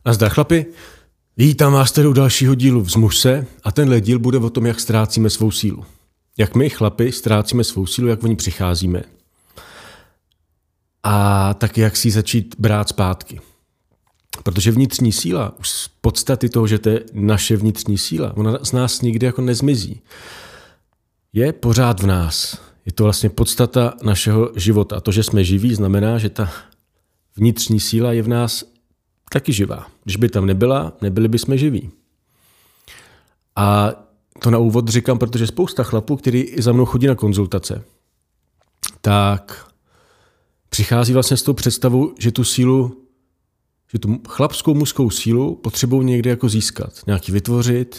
Nazdar chlapi, vítám vás tady u dalšího dílu Vzmuž se a tenhle díl bude o tom, jak ztrácíme svou sílu. Jak my chlapi ztrácíme svou sílu, jak o ní přicházíme. A taky jak si ji začít brát zpátky. Protože vnitřní síla, už z podstaty toho, že to je naše vnitřní síla, ona z nás nikdy jako nezmizí. Je pořád v nás. Je to vlastně podstata našeho života. A to, že jsme živí, znamená, že ta vnitřní síla je v nás taky živá. Když by tam nebyla, nebyli bychom živí. A to na úvod říkám, protože spousta chlapů, který za mnou chodí na konzultace, tak přichází vlastně s tou představou, že tu sílu, že tu chlapskou mužskou sílu potřebují někde jako získat, nějaký vytvořit,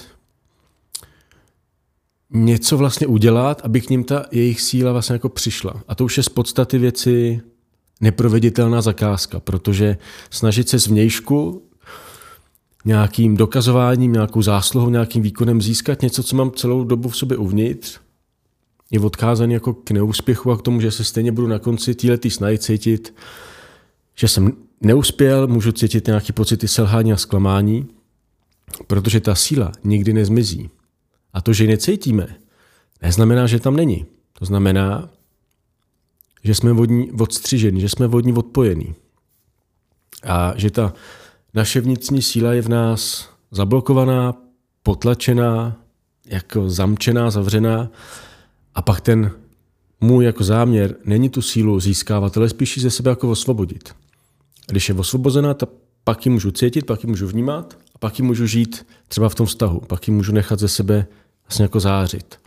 něco vlastně udělat, aby k ním ta jejich síla vlastně jako přišla. A to už je z podstaty věci neproveditelná zakázka, protože snažit se zvnějšku nějakým dokazováním, nějakou zásluhou, nějakým výkonem získat něco, co mám celou dobu v sobě uvnitř, je odkázaný jako k neúspěchu a k tomu, že se stejně budu na konci téhletý snahy cítit, že jsem neuspěl, můžu cítit nějaký pocity selhání a zklamání, protože ta síla nikdy nezmizí. A to, že ji necítíme, neznamená, že tam není. To znamená, že jsme od ní odstřiženi, že jsme od ní odpojení. A že ta naše vnitřní síla je v nás zablokovaná, potlačená, jako zamčená, zavřená. A pak ten můj jako záměr není tu sílu získávat, ale spíš ze sebe jako osvobodit. Když je osvobozená, tak pak ji můžu cítit, pak ji můžu vnímat a pak ji můžu žít třeba v tom vztahu. Pak ji můžu nechat ze sebe vlastně jako zářit.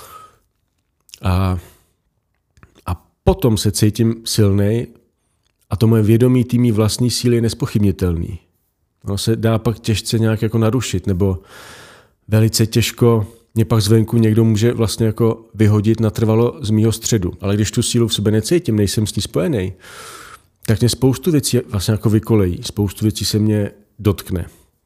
A potom se cítím silnej a to moje vědomí tými vlastní síly je nespochybnitelný. Ono se dá pak těžce nějak jako narušit, nebo velice těžko mě pak zvenku někdo může vlastně jako vyhodit natrvalo z mýho středu. Ale když tu sílu v sobě necítím, nejsem s ní spojený, tak mě spoustu věcí vlastně jako vykolejí. Spoustu věcí se mě dotkne.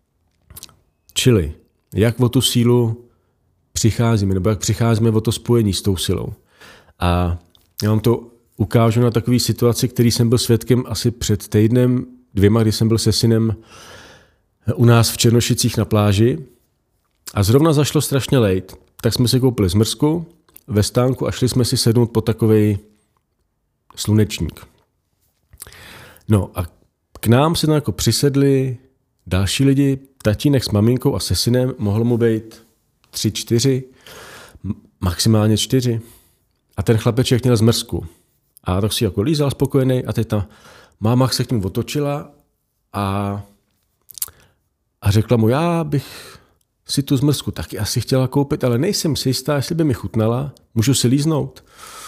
Čili, jak o tu sílu přicházíme, nebo jak přicházíme o to spojení s tou silou. A já vám to ukážu na takové situaci, který jsem byl svědkem asi před týdnem, 2, kdy jsem byl se synem u nás v Černošicích na pláži a zrovna zašlo strašně lejt, tak jsme si koupili zmrzku ve stánku a šli jsme si sednout po takovej slunečník. No a k nám se tam jako přisedli další lidi, tatínek s maminkou a se synem, mohlo mu být 3, 4, maximálně 4. A ten chlapeček měl zmrzku. A tak si jako lízal spokojený a teď ta máma se k němu otočila a řekla mu, já bych si tu zmrzku taky asi chtěla koupit, ale nejsem si jistá, jestli by mi chutnala, můžu si líznout.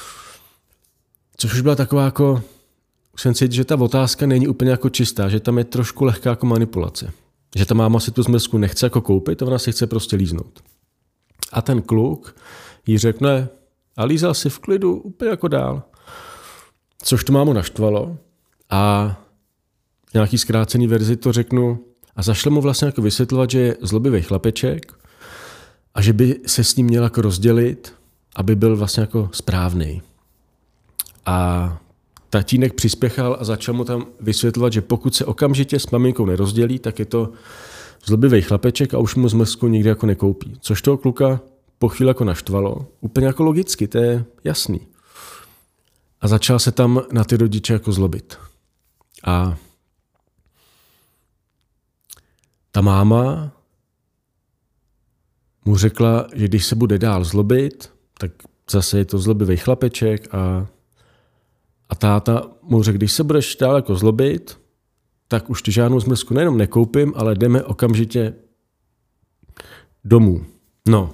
Což už byla taková jako, už jsem cítil, že ta otázka není úplně jako čistá, že tam je trošku lehká jako manipulace. Že ta máma si tu zmrzku nechce jako koupit, ona si chce prostě líznout. A ten kluk jí řekne a lízal si v klidu úplně jako dál. Což tu mámu naštvalo a v nějaký zkrácený verzi to řeknu a zašlo mu vlastně jako vysvětlovat, že je zlobivý chlapeček a že by se s ním měl jako rozdělit, aby byl vlastně jako správný. A tatínek přispěchal a začal mu tam vysvětlovat, že pokud se okamžitě s maminkou nerozdělí, tak je to zlobivý chlapeček a už mu zmrzku nikdy jako nekoupí. Což toho kluka po chvíli jako naštvalo. Úplně jako logicky, to je jasný. A začal se tam na ty rodiče jako zlobit. A ta máma mu řekla, že když se bude dál zlobit, tak zase je to zlobivý chlapeček a táta mu řekl, když se budeš dál jako zlobit, tak už ty žádnou zmrzku nejenom nekoupím, ale jdeme okamžitě domů. No.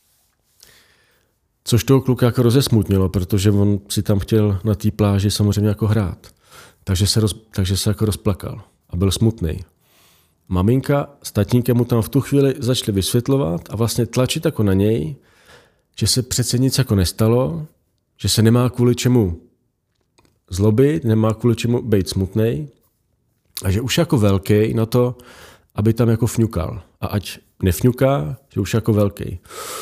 Což toho kluka jako rozesmutnilo, protože on si tam chtěl na té pláži samozřejmě jako hrát. Takže se jako rozplakal a byl smutný. Maminka s tatínkem mu tam v tu chvíli začali vysvětlovat a vlastně tlačit jako na něj, že se přece nic jako nestalo, že se nemá kvůli čemu zlobit, nemá kvůli čemu být smutnej a že už jako velký na to, aby tam jako fňukal. A ať nefňuká, že už jako velký.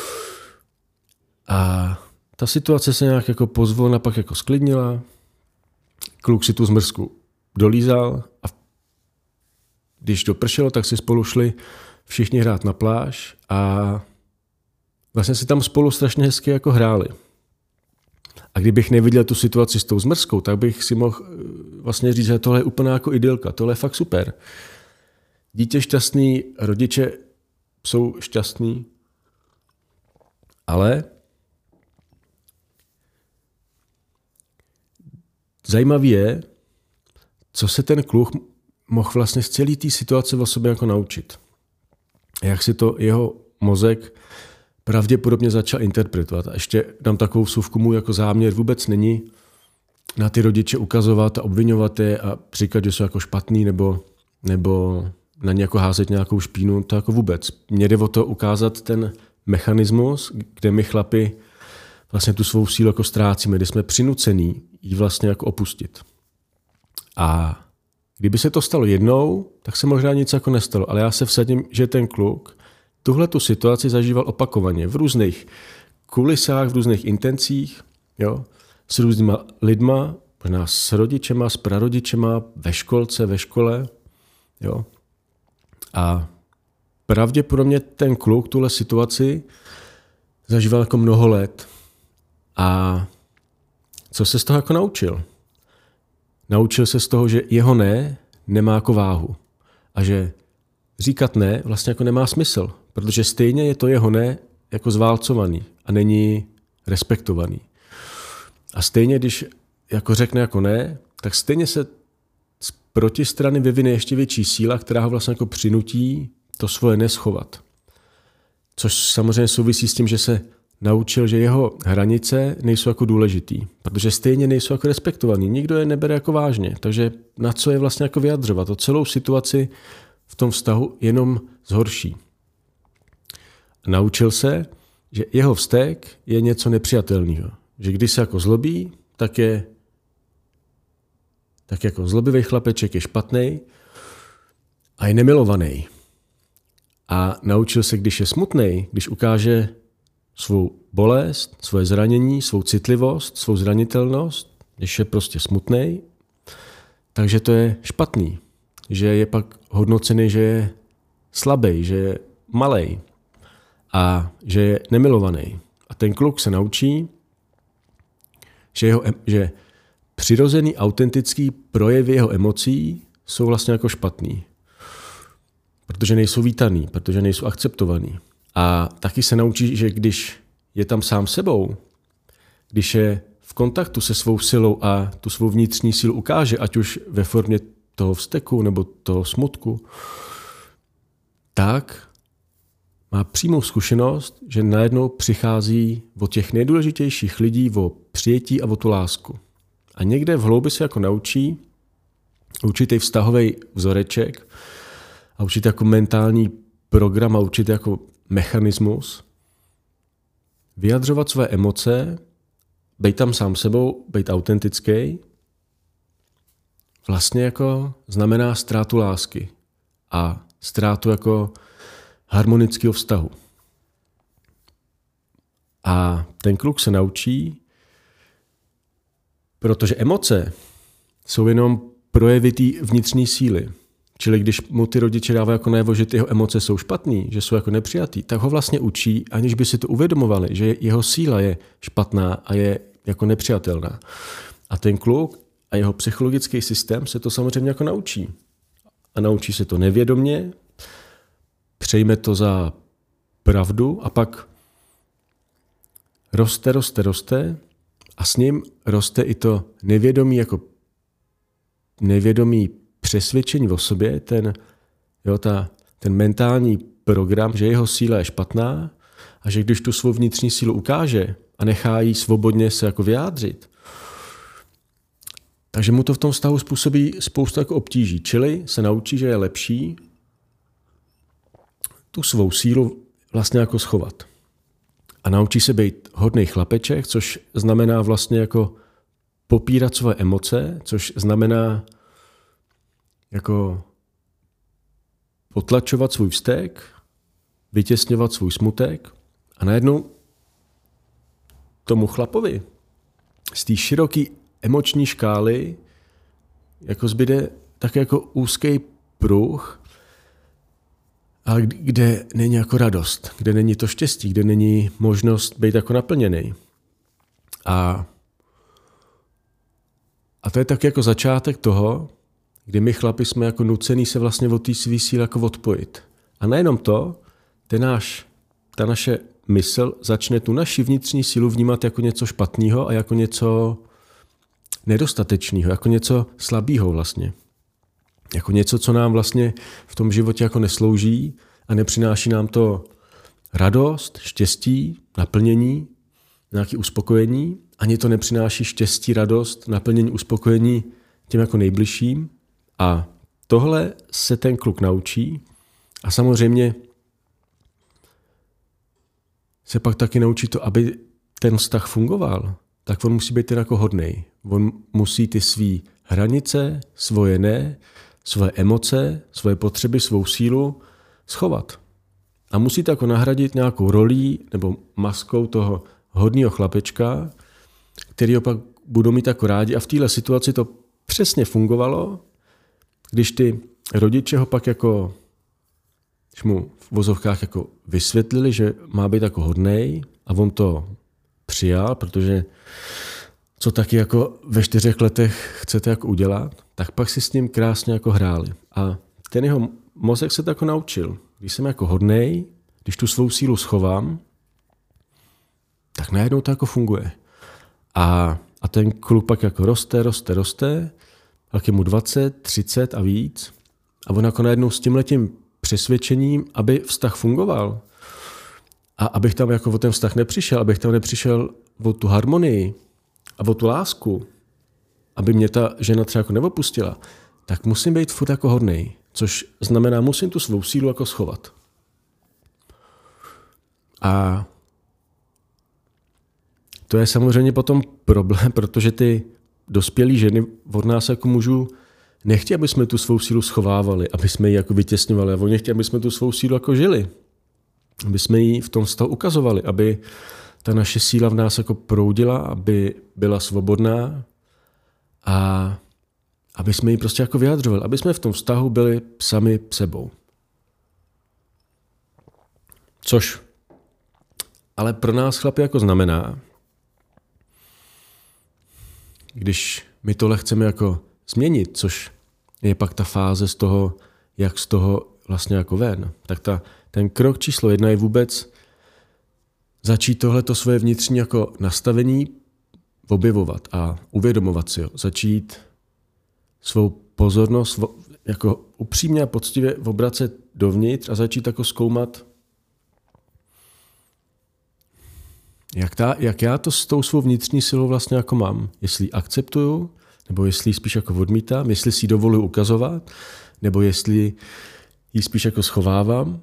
A ta situace se nějak jako pozvolna pak jako sklidnila. Kluk si tu zmrzku dolízal a když dopršelo, tak si spolu šli všichni hrát na pláž a vlastně si tam spolu strašně hezky jako hráli. A kdybych neviděl tu situaci s tou zmrzkou, tak bych si mohl vlastně říct, že tohle je úplná jako idylka, tohle je fakt super. Dítě šťastný, rodiče jsou šťastní, ale zajímavý je, co se ten kluk mohl vlastně z celé té situace o sobě jako naučit. Jak si to jeho mozek pravděpodobně začal interpretovat. A ještě dám takovou vsuvku, můj jako záměr vůbec není na ty rodiče ukazovat a obvinovat je a říkat, že jsou jako špatný nebo na ně jako házet nějakou špínu, to jako vůbec. Mně jde o to ukázat ten mechanismus, kde my chlapi vlastně tu svou sílu jako ztrácíme, kde jsme přinucený ji vlastně jako opustit. A kdyby se to stalo jednou, tak se možná nic jako nestalo, ale já se vsadím, že ten kluk tuhle tu situaci zažíval opakovaně v různých kulisách, v různých intencích, jo, s různýma lidma, možná s rodičema, s prarodičema, ve školce, ve škole, jo. A pravděpodobně ten kluk tuhle situaci zažíval jako mnoho let. A co se z toho jako naučil? Naučil se z toho, že jeho ne nemá jako váhu. A že říkat ne vlastně jako nemá smysl, protože stejně je to jeho ne jako zválcovaný a není respektovaný. A stejně, když jako řekne jako ne, tak stejně se z protistrany vyvine ještě větší síla, která ho vlastně jako přinutí to svoje neschovat. Což samozřejmě souvisí s tím, že se naučil, že jeho hranice nejsou jako důležitý, protože stejně nejsou jako respektovaný. Nikdo je nebere jako vážně, takže na co je vlastně jako vyjadřovat? To celou situaci v tom vztahu jenom zhorší. Naučil se, že jeho vztek je něco nepřijatelného. Že když se jako zlobí, tak jako zlobivý chlapeček je špatný a je nemilovaný. A naučil se, když je smutný, když ukáže svou bolest, svoje zranění, svou citlivost, svou zranitelnost, když je prostě smutný, takže to je špatný. Že je pak hodnocený, že je slabý, že je malej a že je nemilovaný. A ten kluk se naučí, že přirozený, autentický projevy jeho emocí jsou vlastně jako špatný. Protože nejsou vítaný, protože nejsou akceptovaný. A taky se naučí, že když je tam sám sebou, když je v kontaktu se svou silou a tu svou vnitřní sílu ukáže, ať už ve formě toho vzteku nebo toho smutku, tak má přímou zkušenost, že najednou přichází od těch nejdůležitějších lidí o přijetí a o tu lásku. A někde v hloubi se jako naučí určitý vztahový vzoreček a určitý jako mentální program a určitý jako mechanismus vyjadřovat své emoce, být tam sám sebou, být autentický, vlastně jako znamená ztrátu lásky a ztrátu jako harmonického vztahu. A ten kluk se naučí, protože emoce jsou jenom projevy té vnitřní síly. Čili když mu ty rodiče dávají jako najevo, že ty jeho emoce jsou špatný, že jsou jako nepřijatý, tak ho vlastně učí, aniž by si to uvědomovali, že jeho síla je špatná a je jako nepřijatelná. A ten kluk a jeho psychologický systém se to samozřejmě jako naučí. A naučí se to nevědomně, přejme to za pravdu a pak roste a s ním roste i to nevědomí přesvědčení o sobě, ten mentální program, že jeho síla je špatná a že když tu svou vnitřní sílu ukáže a nechá jí svobodně se jako vyjádřit, takže mu to v tom vztahu způsobí spoustu jako obtíží. Čili se naučí, že je lepší tu svou sílu vlastně jako schovat. A naučí se být hodnej chlapeček, což znamená vlastně jako popírat své emoce, což znamená jako potlačovat svůj vztek, vytěsňovat svůj smutek a najednou tomu chlapovi z té široké emoční škály jako zbyde tak jako úzký pruh, ale kde není jako radost, kde není to štěstí, kde není možnost být jako naplněný. A to je tak jako začátek toho, kdy my chlapi jsme jako nucený se vlastně od té svý síly jako odpojit. A nejenom to, ta naše mysl začne tu naši vnitřní sílu vnímat jako něco špatného a jako něco nedostatečného, jako něco slabého vlastně. Jako něco, co nám vlastně v tom životě jako neslouží a nepřináší nám to radost, štěstí, naplnění, nějaké uspokojení. Ani to nepřináší štěstí, radost, naplnění, uspokojení těm jako nejbližším. A tohle se ten kluk naučí a samozřejmě se pak taky naučí to, aby ten vztah fungoval, tak on musí být ten jako hodnej. On musí ty svý hranice, svoje ne, svoje emoce, svoje potřeby, svou sílu schovat. A musí to jako nahradit nějakou rolí nebo maskou toho hodného chlapečka, který ho pak budou mít jako rádi. A v téhle situaci to přesně fungovalo, když ty rodiče ho pak jako, když mu v vozovkách jako vysvětlili, že má být jako hodnej a on to přijal, protože co taky jako ve 4 letech chcete jako udělat, tak pak si s ním krásně jako hráli. A ten jeho mozek se to jako naučil. Když jsem jako hodnej, když tu svou sílu schovám, tak najednou to jako funguje. A ten kluk pak jako roste, pak je mu 20, 30 a víc. A on jako najednou s tímhletím přesvědčením, aby vztah fungoval. A abych tam jako o ten vztah nepřišel, abych tam nepřišel o tu harmonii a o tu lásku, aby mě ta žena třeba jako neopustila, tak musím být furt jako hodnej, což znamená, musím tu svou sílu jako schovat. A to je samozřejmě potom problém, protože ty dospělé ženy od nás jako mužů nechtějí, aby jsme tu svou sílu schovávali, aby jsme ji jako vytěsňovali, a oni chtějí, aby jsme tu svou sílu jako žili, aby jsme ji v tom vztahu ukazovali, aby ta naše síla v nás jako proudila, aby byla svobodná a aby jsme ji prostě jako vyjadřovali, aby jsme v tom vztahu byli sami sebou. Což ale pro nás chlapi jako znamená, když my tohle chceme jako změnit, což je pak ta fáze z toho, jak z toho vlastně jako ven, tak ten krok číslo 1 je vůbec začít tohleto svoje vnitřní jako nastavení objevovat a uvědomovat si ho. Začít svou pozornost jako upřímně a poctivě obracet dovnitř a začít jako zkoumat, jak já to s tou svou vnitřní silou vlastně jako mám. Jestli ji akceptuju, nebo jestli ji spíš jako odmítám, jestli si ji dovoluji ukazovat, nebo jestli ji spíš jako schovávám.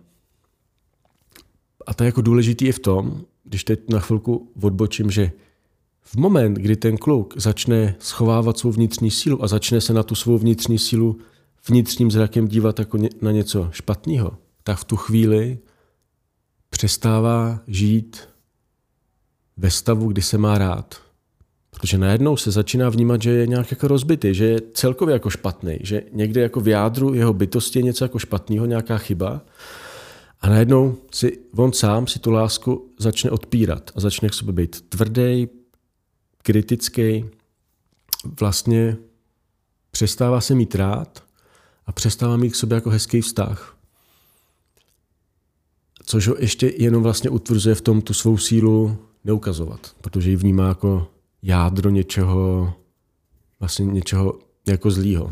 A to je jako důležitý i v tom, když teď na chvilku odbočím, že v moment, kdy ten kluk začne schovávat svou vnitřní sílu a začne se na tu svou vnitřní sílu vnitřním zrakem dívat jako na něco špatného, tak v tu chvíli přestává žít ve stavu, kdy se má rád. Protože najednou se začíná vnímat, že je nějak jako rozbitý, že je celkově jako špatný, že někde jako v jádru jeho bytosti je něco jako špatného, nějaká chyba. A najednou on sám si tu lásku začne odpírat a začne k sobě být tvrdý, kritický, vlastně přestává se mít rád a přestává mít k sobě jako hezký vztah. Což ho ještě jenom vlastně utvrzuje v tom tu svou sílu neukazovat, protože ji vnímá jako jádro něčeho, vlastně něčeho jako zlýho.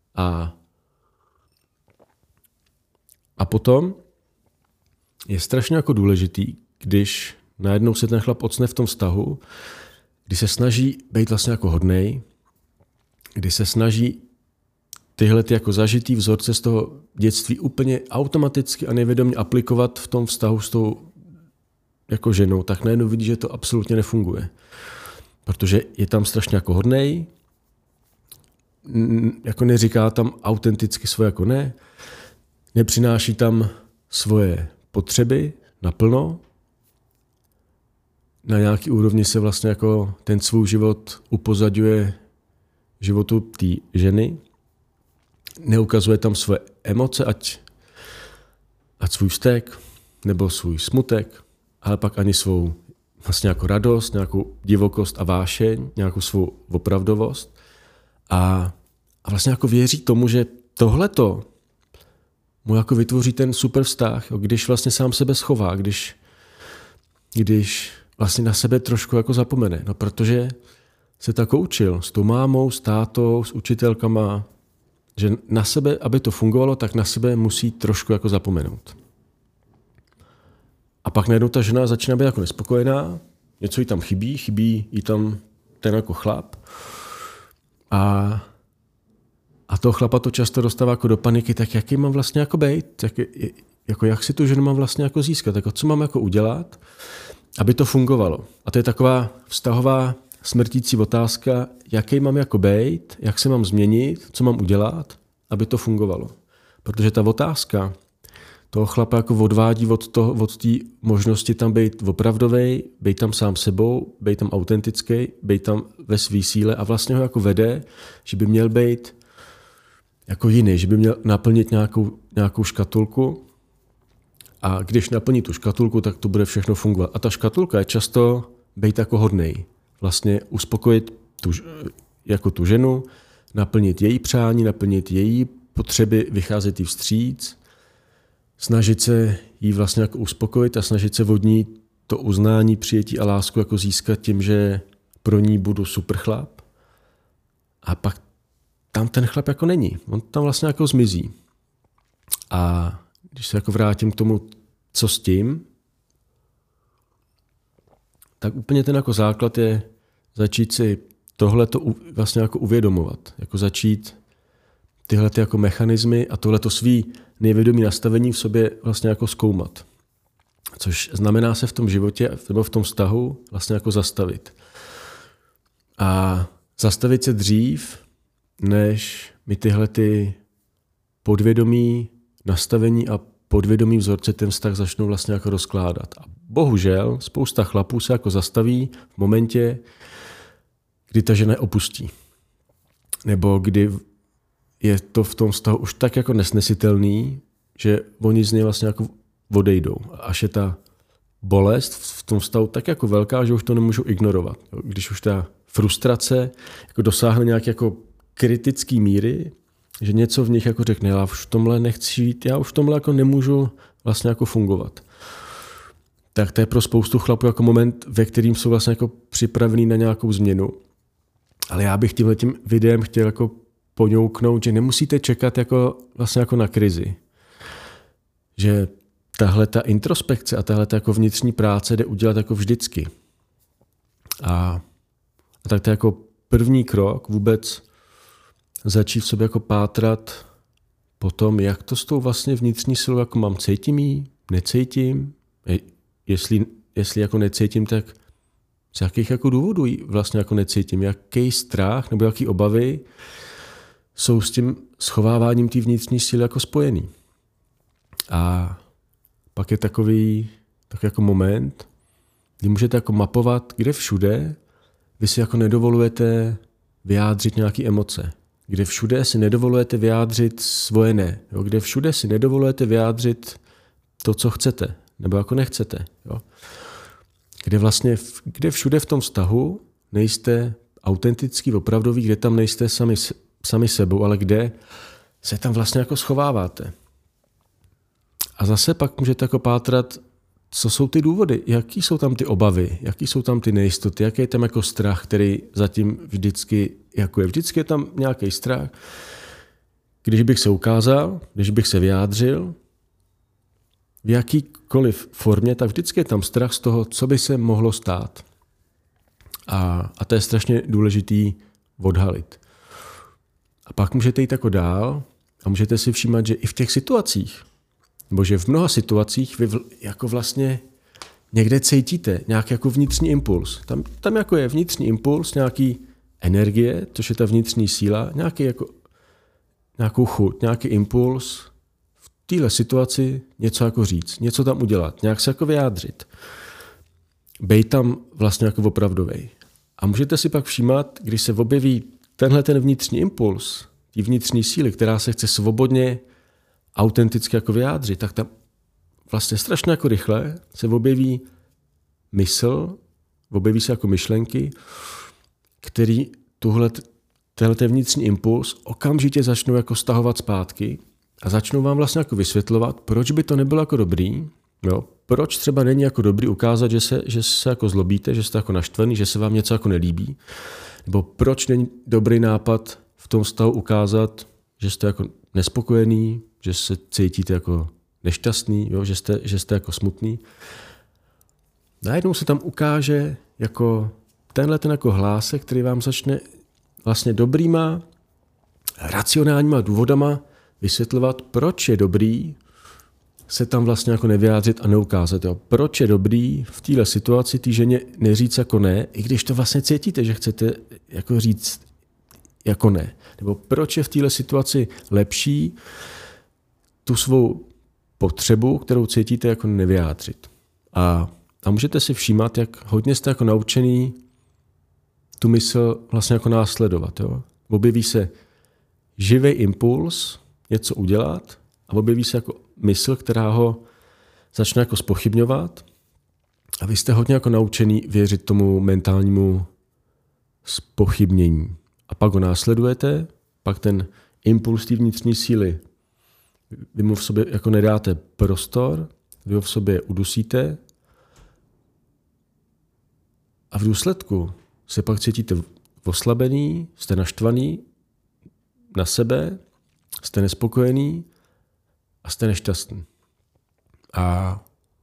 A potom je strašně jako důležitý, když najednou se ten chlap ocne v tom vztahu, kdy se snaží být vlastně jako hodnej, kdy se snaží tyhle jako zažitý vzorce z toho dětství úplně automaticky a nevědomě aplikovat v tom vztahu s tou jako ženou, tak najednou vidí, že to absolutně nefunguje. Protože je tam strašně jako hodnej, jako neříká tam autenticky svoje jako ne, nepřináší tam svoje potřeby naplno, na nějaký úrovni se vlastně jako ten svůj život upozadňuje životu té ženy, neukazuje tam svoje emoce, ať ať svůj vztek, nebo svůj smutek, ale pak ani svou vlastně jako radost, nějakou divokost a vášeň, nějakou svou opravdovost a vlastně jako věří tomu, že tohleto mu jako vytvoří ten super vztah, když vlastně sám sebe schová, když vlastně na sebe trošku jako zapomene. No protože se tak učil s tou mámou, s tátou, s učitelkama, že na sebe, aby to fungovalo, tak na sebe musí trošku jako zapomenout. A pak najednou ta žena začíná být jako nespokojená, něco jí tam chybí jí tam ten jako chlap. A toho chlapa to často dostává jako do paniky, tak jaký mám vlastně jako bejt, jak si tu ženu mám vlastně jako získat, jako co mám jako udělat, aby to fungovalo. A to je taková vztahová smrtící otázka, jaký mám jako bejt, jak se mám změnit, co mám udělat, aby to fungovalo. Protože ta otázka toho chlapa jako odvádí od té možnosti tam být opravdovej, být tam sám sebou, být tam autentický, být tam ve svý síle a vlastně ho jako vede, že by měl být jako jiný, že by měl naplnit nějakou škatulku a když naplní tu škatulku, tak to bude všechno fungovat. A ta škatulka je často být jako hodnej. Vlastně uspokojit tu ženu, naplnit její přání, naplnit její potřeby, vycházet jí vstříc, snažit se jí vlastně jako uspokojit a snažit se od ní to uznání, přijetí a lásku jako získat tím, že pro ní budu super chlap. A pak tam ten chlap jako není. On tam vlastně jako zmizí. A když se jako vrátím k tomu, co s tím, tak úplně ten jako základ je začít si tohleto vlastně jako uvědomovat. Jako začít tyhle jako mechanismy a tohleto svý nejvědomí nastavení v sobě vlastně jako zkoumat. Což znamená se v tom životě nebo v tom vztahu vlastně jako zastavit. A zastavit se dřív, než mi tyhle ty podvědomí nastavení a podvědomí vzorce ten vztah začnou vlastně jako rozkládat. A bohužel spousta chlapů se jako zastaví v momentě, kdy ta žena opustí. Nebo kdy je to v tom vztahu už tak jako nesnesitelný, že oni z něj vlastně jako odejdou. Až je ta bolest v tom vztahu tak jako velká, že už to nemůžu ignorovat. Když už ta frustrace jako dosáhne nějaké jako kritické míry, že něco v nich jako řekne, já už v tomhle nechci jít, já už v tomhle jako nemůžu vlastně jako fungovat. Tak to je pro spoustu chlapů jako moment, ve kterým jsou vlastně jako připravený na nějakou změnu. Ale já bych tímhletím videem chtěl jako poňouknout, že nemusíte čekat jako vlastně jako na krizi. Že tahle ta introspekce a tahle ta jako vnitřní práce jde udělat jako vždycky. A tak to je jako první krok vůbec začít v sobě jako pátrat po tom, jak to s tou vlastně vnitřní silou jako mám, cítím jí, necítím. Jestli jako necítím, tak z jakých jako důvodů ji vlastně jako necítím, jaký strach nebo jaký obavy jsou s tím schováváním té vnitřní síly jako spojený. A pak je takový jako moment, kdy můžete jako mapovat, kde všude vy si jako nedovolujete vyjádřit nějaké emoce. Kde všude si nedovolujete vyjádřit svoje ne. Jo? Kde všude si nedovolujete vyjádřit to, co chcete. Nebo jako nechcete. Jo? Kde všude v tom vztahu nejste autentický, opravdový, kde tam nejste sami sebou, ale kde se tam vlastně jako schováváte. A zase pak můžete jako pátrat, co jsou ty důvody, jaký jsou tam ty obavy, jaký jsou tam ty nejistoty, jaký je tam jako strach, který zatím vždycky jako je. Vždycky je tam nějaký strach. Když bych se ukázal, když bych se vyjádřil, v jakýkoliv formě, tak vždycky je tam strach z toho, co by se mohlo stát. A to je strašně důležitý odhalit. A pak můžete jít jako dál a můžete si všímat, že i v těch situacích, nebo že v mnoha situacích vy jako vlastně někde cítíte nějaký jako vnitřní impuls. Tam jako je vnitřní impuls, nějaký energie, což je ta vnitřní síla, nějakou chuť, nějaký impuls v téhle situaci něco jako říct, něco tam udělat, nějak se jako vyjádřit. Bejt tam vlastně jako opravdovej. A můžete si pak všímat, když se objeví tenhle ten vnitřní impuls, tí vnitřní síly, která se chce svobodně, autenticky jako vyjádřit, tak tam vlastně strašně jako rychle se objeví mysl, objeví se jako myšlenky, který tenhle vnitřní impuls okamžitě začnou jako stahovat zpátky a začnou vám vlastně jako vysvětlovat, proč by to nebylo jako dobrý, jo? Proč třeba není jako dobrý ukázat, že se jako zlobíte, že jste jako naštvaný, že se vám něco jako nelíbí, nebo proč není dobrý nápad v tom stavu ukázat, že jste jako nespokojený, že se cítíte jako nešťastný, jo? Že jste jako smutný. Najednou se tam ukáže jako tenhle ten jako hlásek, který vám začne vlastně dobrýma, racionálníma důvodama vysvětlovat, proč je dobrý se tam vlastně jako nevyjádřit a neukázat. Jo. Proč je dobrý v téhle situaci té ženě neříct jako ne, i když to vlastně cítíte, že chcete jako říct jako ne. Nebo proč je v téhle situaci lepší tu svou potřebu, kterou cítíte, jako nevyjádřit. A můžete si všímat, jak hodně jste jako naučený tu mysl vlastně jako následovat. Jo. Objeví se živý impuls něco udělat a objeví se jako mysl, která ho začne jako zpochybňovat a vy jste hodně jako naučený věřit tomu mentálnímu zpochybnění. A pak ho následujete, pak ten impuls té vnitřní síly, vy mu v sobě jako nedáte prostor, vy ho v sobě udusíte a v důsledku se pak cítíte oslabený, jste naštvaný na sebe, jste nespokojený a jste nešťastný. A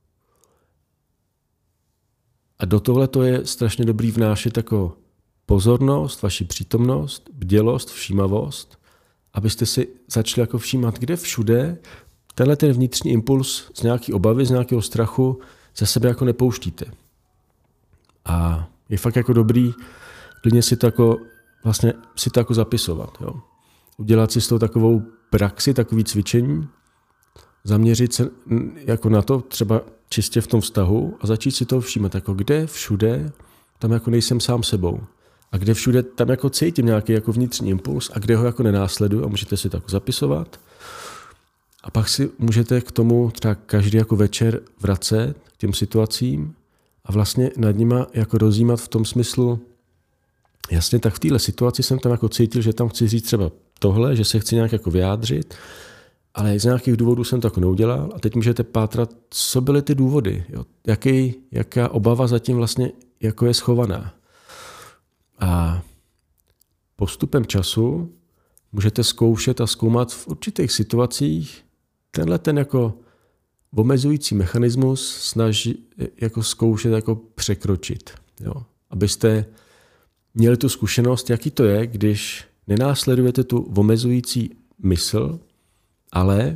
do tohle to je strašně dobrý vnášet jako pozornost, vaši přítomnost, bdělost, všímavost, abyste si začali jako všímat, kde všude tenhle ten vnitřní impuls z nějaké obavy, z nějakého strachu ze sebe jako nepouštíte. A je fakt jako dobrý klidně si to jako zapisovat. Jo. Udělat si s tou takovou praxi, takový cvičení, zaměřit se jako na to, třeba čistě v tom vztahu a začít si to všímat, jako kde všude tam jako nejsem sám sebou. A kde všude tam jako cítím nějaký jako vnitřní impuls a kde ho jako nenásleduju a můžete si to jako zapisovat. A pak si můžete k tomu třeba každý jako večer vracet k těm situacím a vlastně nad nima jako rozjímat v tom smyslu, jasně, tak v téhle situaci jsem tam jako cítil, že tam chci říct třeba tohle, že se chci nějak jako vyjádřit, ale z nějakých důvodů jsem to jako neudělal a teď můžete pátrat, co byly ty důvody, jo? Jaká obava zatím vlastně jako je schovaná. A postupem času můžete zkoušet a zkoumat v určitých situacích tenhle ten jako omezující mechanismus jako zkoušet jako překročit. Jo? Abyste měli tu zkušenost, jaký to je, když nenásledujete tu omezující mysl, ale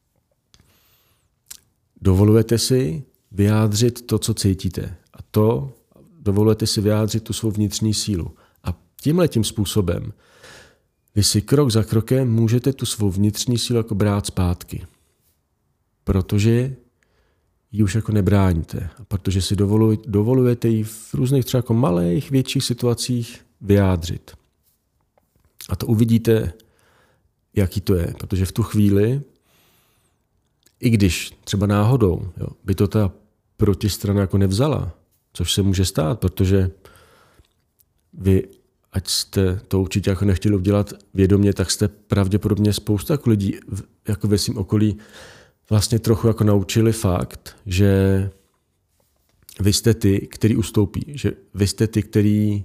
dovolujete si vyjádřit to, co cítíte. A to dovolujete si vyjádřit tu svou vnitřní sílu. A tímhletím způsobem vy si krok za krokem můžete tu svou vnitřní sílu jako brát zpátky. Protože ji už jako nebráníte. A protože si dovolujete ji v různých třeba jako malých, větších situacích vyjádřit. A to uvidíte, jaký to je. Protože v tu chvíli, i když třeba náhodou by to ta protistrana jako nevzala, což se může stát, protože vy, ať jste to určitě jako nechtěli udělat vědomě, tak jste pravděpodobně spousta jako lidí jako ve svém okolí vlastně trochu jako naučili fakt, že vy jste ty, který ustoupí, že vy jste ty, který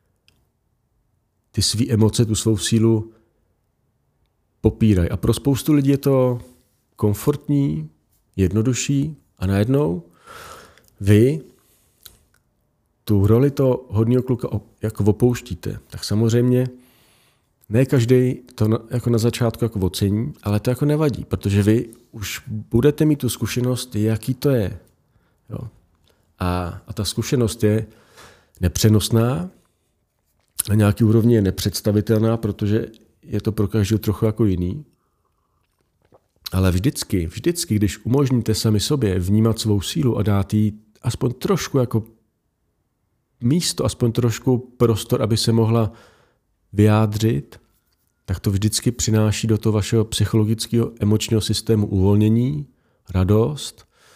ty svý emoce, tu svou sílu popírají. A pro spoustu lidí je to komfortní, jednodušší a najednou vy tu roli toho hodného kluka jako opouštíte. Tak samozřejmě ne každý to jako na začátku jako ocení, ale to jako nevadí, protože vy už budete mít tu zkušenost, jaký to je. Jo. A ta zkušenost je nepřenosná, na nějaký úrovni je nepředstavitelná, protože je to pro každého trochu jako jiný. Ale vždycky, když umožníte sami sobě vnímat svou sílu a dát jí aspoň trošku jako místo, aspoň trošku prostor, aby se mohla vyjádřit, tak to vždycky přináší do toho vašeho psychologického emočního systému uvolnění, radost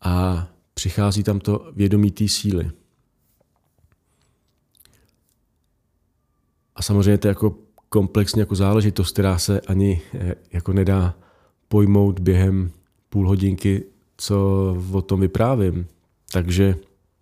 a přichází tam to vědomí té síly. A samozřejmě to je jako komplexní jako záležitost, která se ani jako nedá pojmout během půl hodinky, co o tom vyprávím. Takže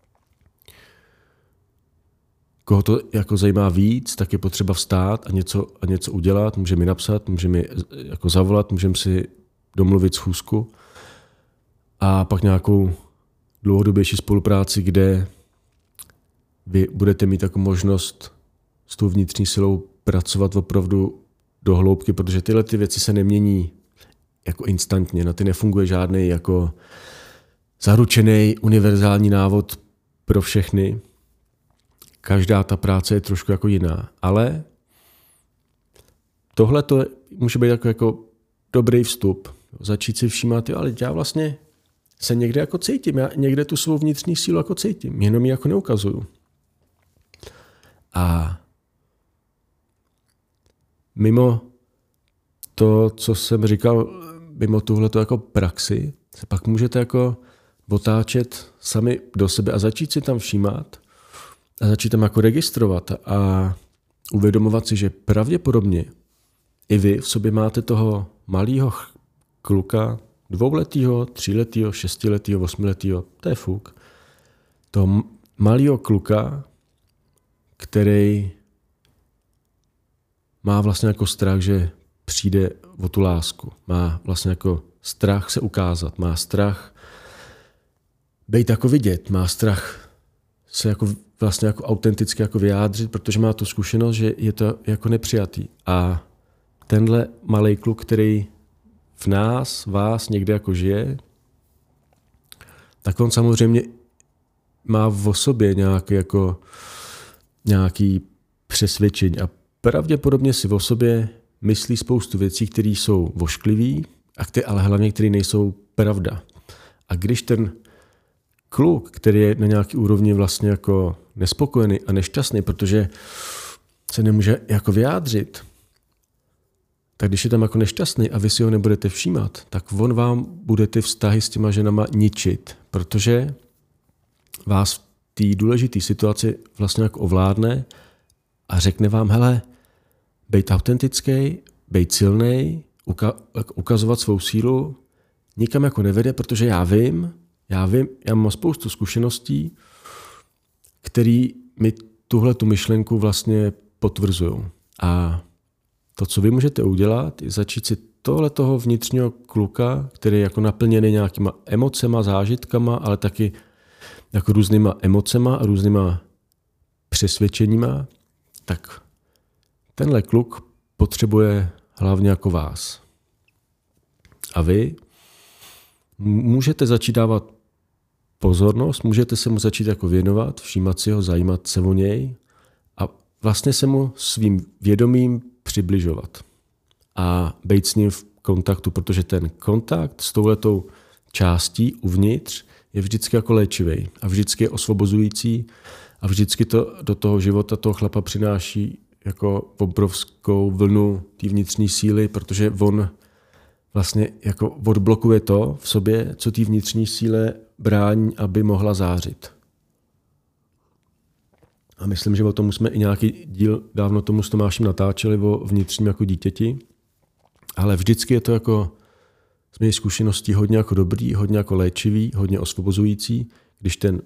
koho to jako zajímá víc, tak je potřeba vstát a něco udělat. Může mi napsat, může mi jako zavolat, můžeme si domluvit schůzku a pak nějakou dlouhodobější spolupráci, kde vy budete mít jako možnost s tou vnitřní silou pracovat opravdu do hloubky, protože tyhle ty věci se nemění jako instantně. Na ty nefunguje žádný jako zaručený univerzální návod pro všechny. Každá ta práce je trošku jako jiná, ale tohle to může být jako dobrý vstup. Začít si všímat, ale já vlastně se někde jako cítím, já někde tu svou vnitřní sílu jako cítím, jenom ji jako neukazuju. A mimo to, co jsem říkal, mimo tuhleto jako praxi, se pak můžete jako otáčet sami do sebe a začít si tam všímat a začít tam jako registrovat a uvědomovat si, že pravděpodobně i vy v sobě máte toho malého kluka, 2letýho, 3letýho, 6letýho, 8letýho, to je fuk. Toho malého kluka, který má vlastně jako strach, že přijde o tu lásku. Má vlastně jako strach se ukázat, má strach být jako vidět, má strach se jako vlastně jako autenticky jako vyjádřit, protože má tu zkušenost, že je to jako nepřijatý. A tenhle malej kluk, který v nás, vás někde jako žije, tak on samozřejmě má v sobě nějaký přesvědčení a pravděpodobně si o sobě myslí spoustu věcí, které jsou vošklivý, ale hlavně které nejsou pravda. A když ten kluk, který je na nějaký úrovni vlastně jako nespokojený a nešťastný, protože se nemůže jako vyjádřit, tak když je tam jako nešťastný a vy si ho nebudete všímat, tak on vám bude ty vztahy s těma ženama ničit, protože vás v té důležité situaci vlastně jako ovládne a řekne vám, hele, bejt autentický, bejt silnej, ukazovat svou sílu, nikam jako nevede, protože já vím, já mám spoustu zkušeností, které mi tuhletu myšlenku vlastně potvrzují. A to, co vy můžete udělat, je začít si toho vnitřního kluka, který je jako naplněný nějakýma emocema, zážitkama, ale taky jako různýma emocema a různýma přesvědčeníma, tak tenhle kluk potřebuje hlavně jako vás. A vy můžete začít dávat pozornost, můžete se mu začít jako věnovat, všímat si ho, zajímat se o něj a vlastně se mu svým vědomím přibližovat a být s ním v kontaktu, protože ten kontakt s touhletou částí uvnitř je vždycky jako léčivý a vždycky je osvobozující a vždycky to do toho života toho chlapa přináší jako obrovskou vlnu té vnitřní síly, protože on vlastně jako odblokuje to v sobě, co té vnitřní síle brání, aby mohla zářit. A myslím, že o tom jsme i nějaký díl dávno tomu s Tomášem natáčeli o vnitřním jako dítěti, ale vždycky je to jako z mých zkušeností hodně jako dobrý, hodně jako léčivý, hodně osvobozující, když ten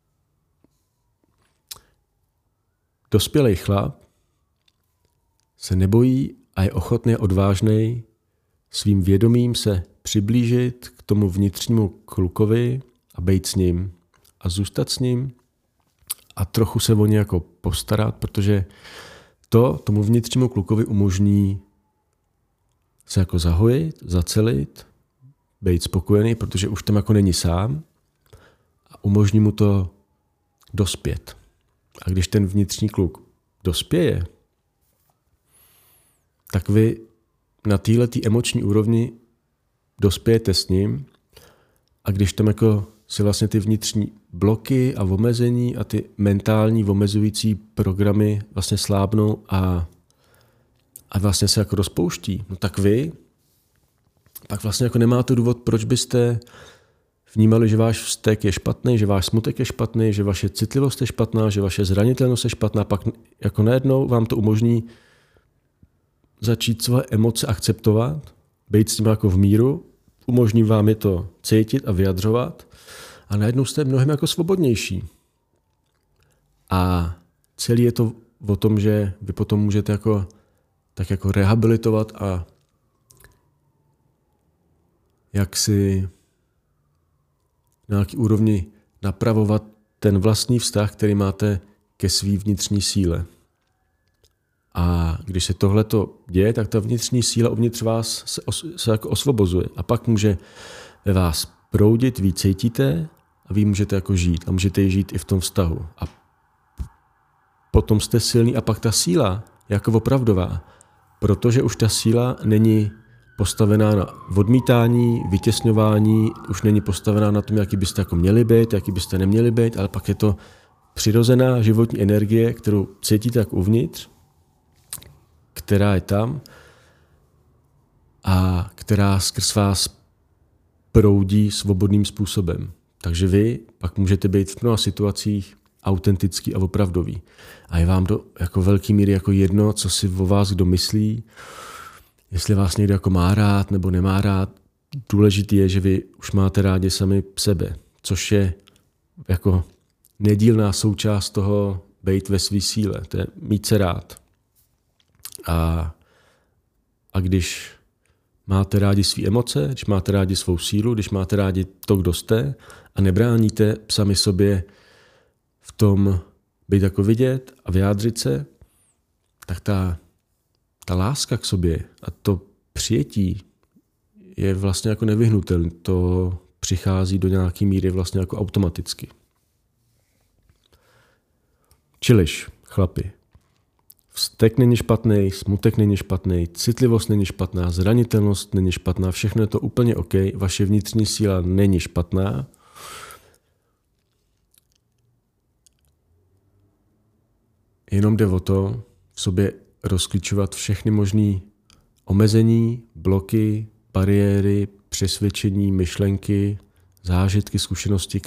dospělý chlap se nebojí a je ochotný, odvážný svým vědomím se přiblížit k tomu vnitřnímu klukovi a být s ním a zůstat s ním a trochu se o ně jako postarat, protože to tomu vnitřnímu klukovi umožní se jako zahojit, zacelit, být spokojený, protože už tam jako není sám a umožní mu to dospět. A když ten vnitřní kluk dospěje, tak vy na této emoční úrovni dospějete s ním a když tam jako si vlastně ty vnitřní bloky a omezení a ty mentální omezující programy vlastně slábnou a vlastně se jako rozpouští, no tak vy pak vlastně jako nemáte důvod, proč byste vnímali, že váš vztek je špatný, že váš smutek je špatný, že vaše citlivost je špatná, že vaše zranitelnost je špatná, pak jako najednou vám to umožní začít své emoce akceptovat, být s tím jako v míru, umožní vám je to cítit a vyjadřovat a najednou jste mnohem jako svobodnější. A celý je to o tom, že vy potom můžete tak jako rehabilitovat a jak si na nějaký úrovni napravovat ten vlastní vztah, který máte ke svý vnitřní síle. A když se tohleto děje, tak ta vnitřní síla uvnitř vás se jako osvobozuje. A pak může ve vás proudit, vy cítíte a vy můžete jako žít. A můžete ji žít i v tom vztahu. A potom jste silný a pak ta síla je jako opravdová. Protože už ta síla není postavená na odmítání, vytěsňování, už není postavená na tom, jaký byste jako měli být, jaký byste neměli být, ale pak je to přirozená životní energie, kterou cítíte jak uvnitř, která je tam a která skrz vás proudí svobodným způsobem. Takže vy pak můžete být v mnoha situacích autentický a opravdový. A je vám do jako velký míry jako jedno, co si o vás kdo myslí, jestli vás někdo jako má rád nebo nemá rád. Důležité je, že vy už máte rádi sami sebe, což je jako nedílná součást toho být ve své síle. To je mít se rád. A když máte rádi své emoce, když máte rádi svou sílu, když máte rádi to, kdo jste a nebráníte sami sobě v tom být jako vidět a vyjádřit se, tak ta láska k sobě a to přijetí je vlastně jako nevyhnutelné. To přichází do nějaké míry vlastně jako automaticky. Čiliž, chlapi, vztek není špatný, smutek není špatný, citlivost není špatná, zranitelnost není špatná, všechno je to úplně OK, vaše vnitřní síla není špatná. Jenom jde o to v sobě rozklíčovat všechny možné omezení, bloky, bariéry, přesvědčení, myšlenky, zážitky, zkušenosti,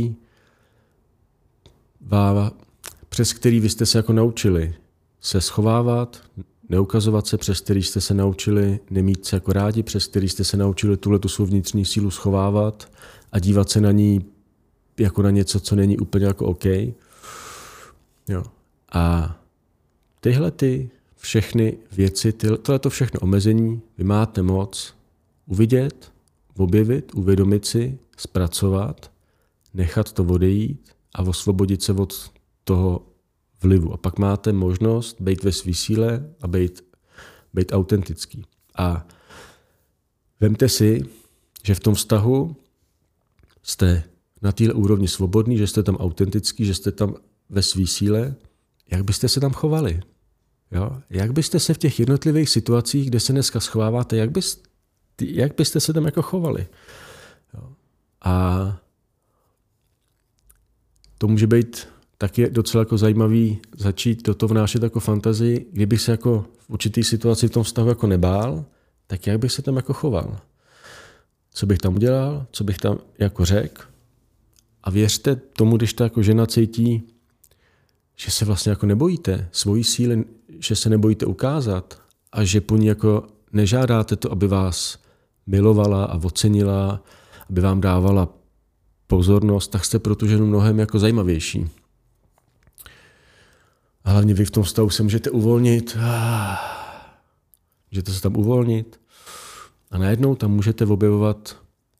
přes který vy jste se jako naučili se schovávat, neukazovat se, přes který jste se naučili nemít se jako rádi, přes který jste se naučili tuhletu svou vnitřní sílu schovávat a dívat se na ní jako na něco, co není úplně jako OK. Jo. A tyhle ty všechny věci, tohleto všechno omezení, vy máte moc uvidět, objevit, uvědomit si, zpracovat, nechat to odejít a osvobodit se od toho vlivu. A pak máte možnost být ve své síle a být autentický. A vemte si, že v tom vztahu jste na téhle úrovni svobodný, že jste tam autentický, že jste tam ve své síle. Jak byste se tam chovali? Jo? Jak byste se v těch jednotlivých situacích, kde se dneska schováváte, jak byste se tam jako chovali? Jo? A to může být taky docela jako zajímavý začít do toho vnášet jako fantazii, kdybych se jako v určitý situaci v tom vztahu jako nebál, tak jak bych se tam jako choval? Co bych tam udělal? Co bych tam jako řekl? A věřte tomu, když ta jako žena cítí, že se vlastně jako nebojíte svojí síly, že se nebojíte ukázat a že po ní jako nežádáte to, aby vás milovala a ocenila, aby vám dávala pozornost, tak jste pro tu ženu mnohem jako zajímavější. A hlavně vy v tom stavu se můžete uvolnit, můžete se tam uvolnit a najednou tam můžete objevovat,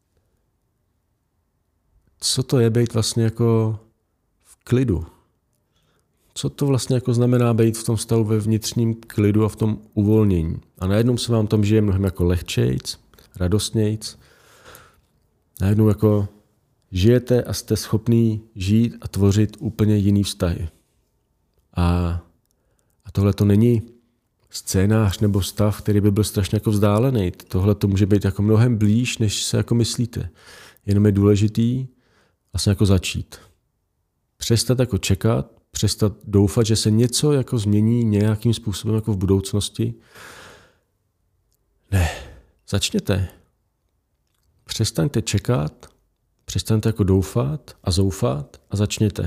co to je být vlastně jako v klidu. Co to vlastně jako znamená být v tom stavu ve vnitřním klidu a v tom uvolnění. A najednou se vám tam žije mnohem jako lehčejc, radostnějc. Najednou jako žijete a jste schopný žít a tvořit úplně jiný vztahy. A tohle to není scénář nebo stav, který by byl strašně jako vzdálený. Tohle to může být jako mnohem blíž, než se jako myslíte. Jenom je důležitý vlastně jako začít. Přestat jako čekat, přestat doufat, že se něco jako změní nějakým způsobem jako v budoucnosti. Ne, začněte. Přestaňte čekat, Přestaňte jako doufat a zoufat a začněte.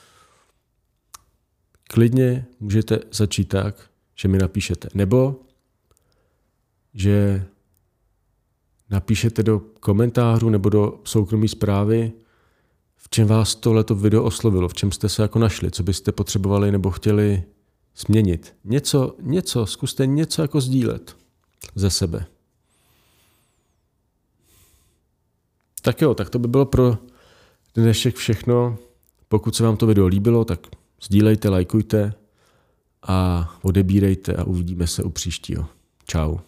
Klidně můžete začít tak, že mi napíšete. Nebo že napíšete do komentářů nebo do soukromé zprávy, v čem vás tohleto video oslovilo, v čem jste se jako našli, co byste potřebovali nebo chtěli změnit. Zkuste něco jako sdílet ze sebe. Tak jo, tak to by bylo pro dnešek všechno. Pokud se vám to video líbilo, tak sdílejte, lajkujte a odebírejte a uvidíme se u příštího. Čau.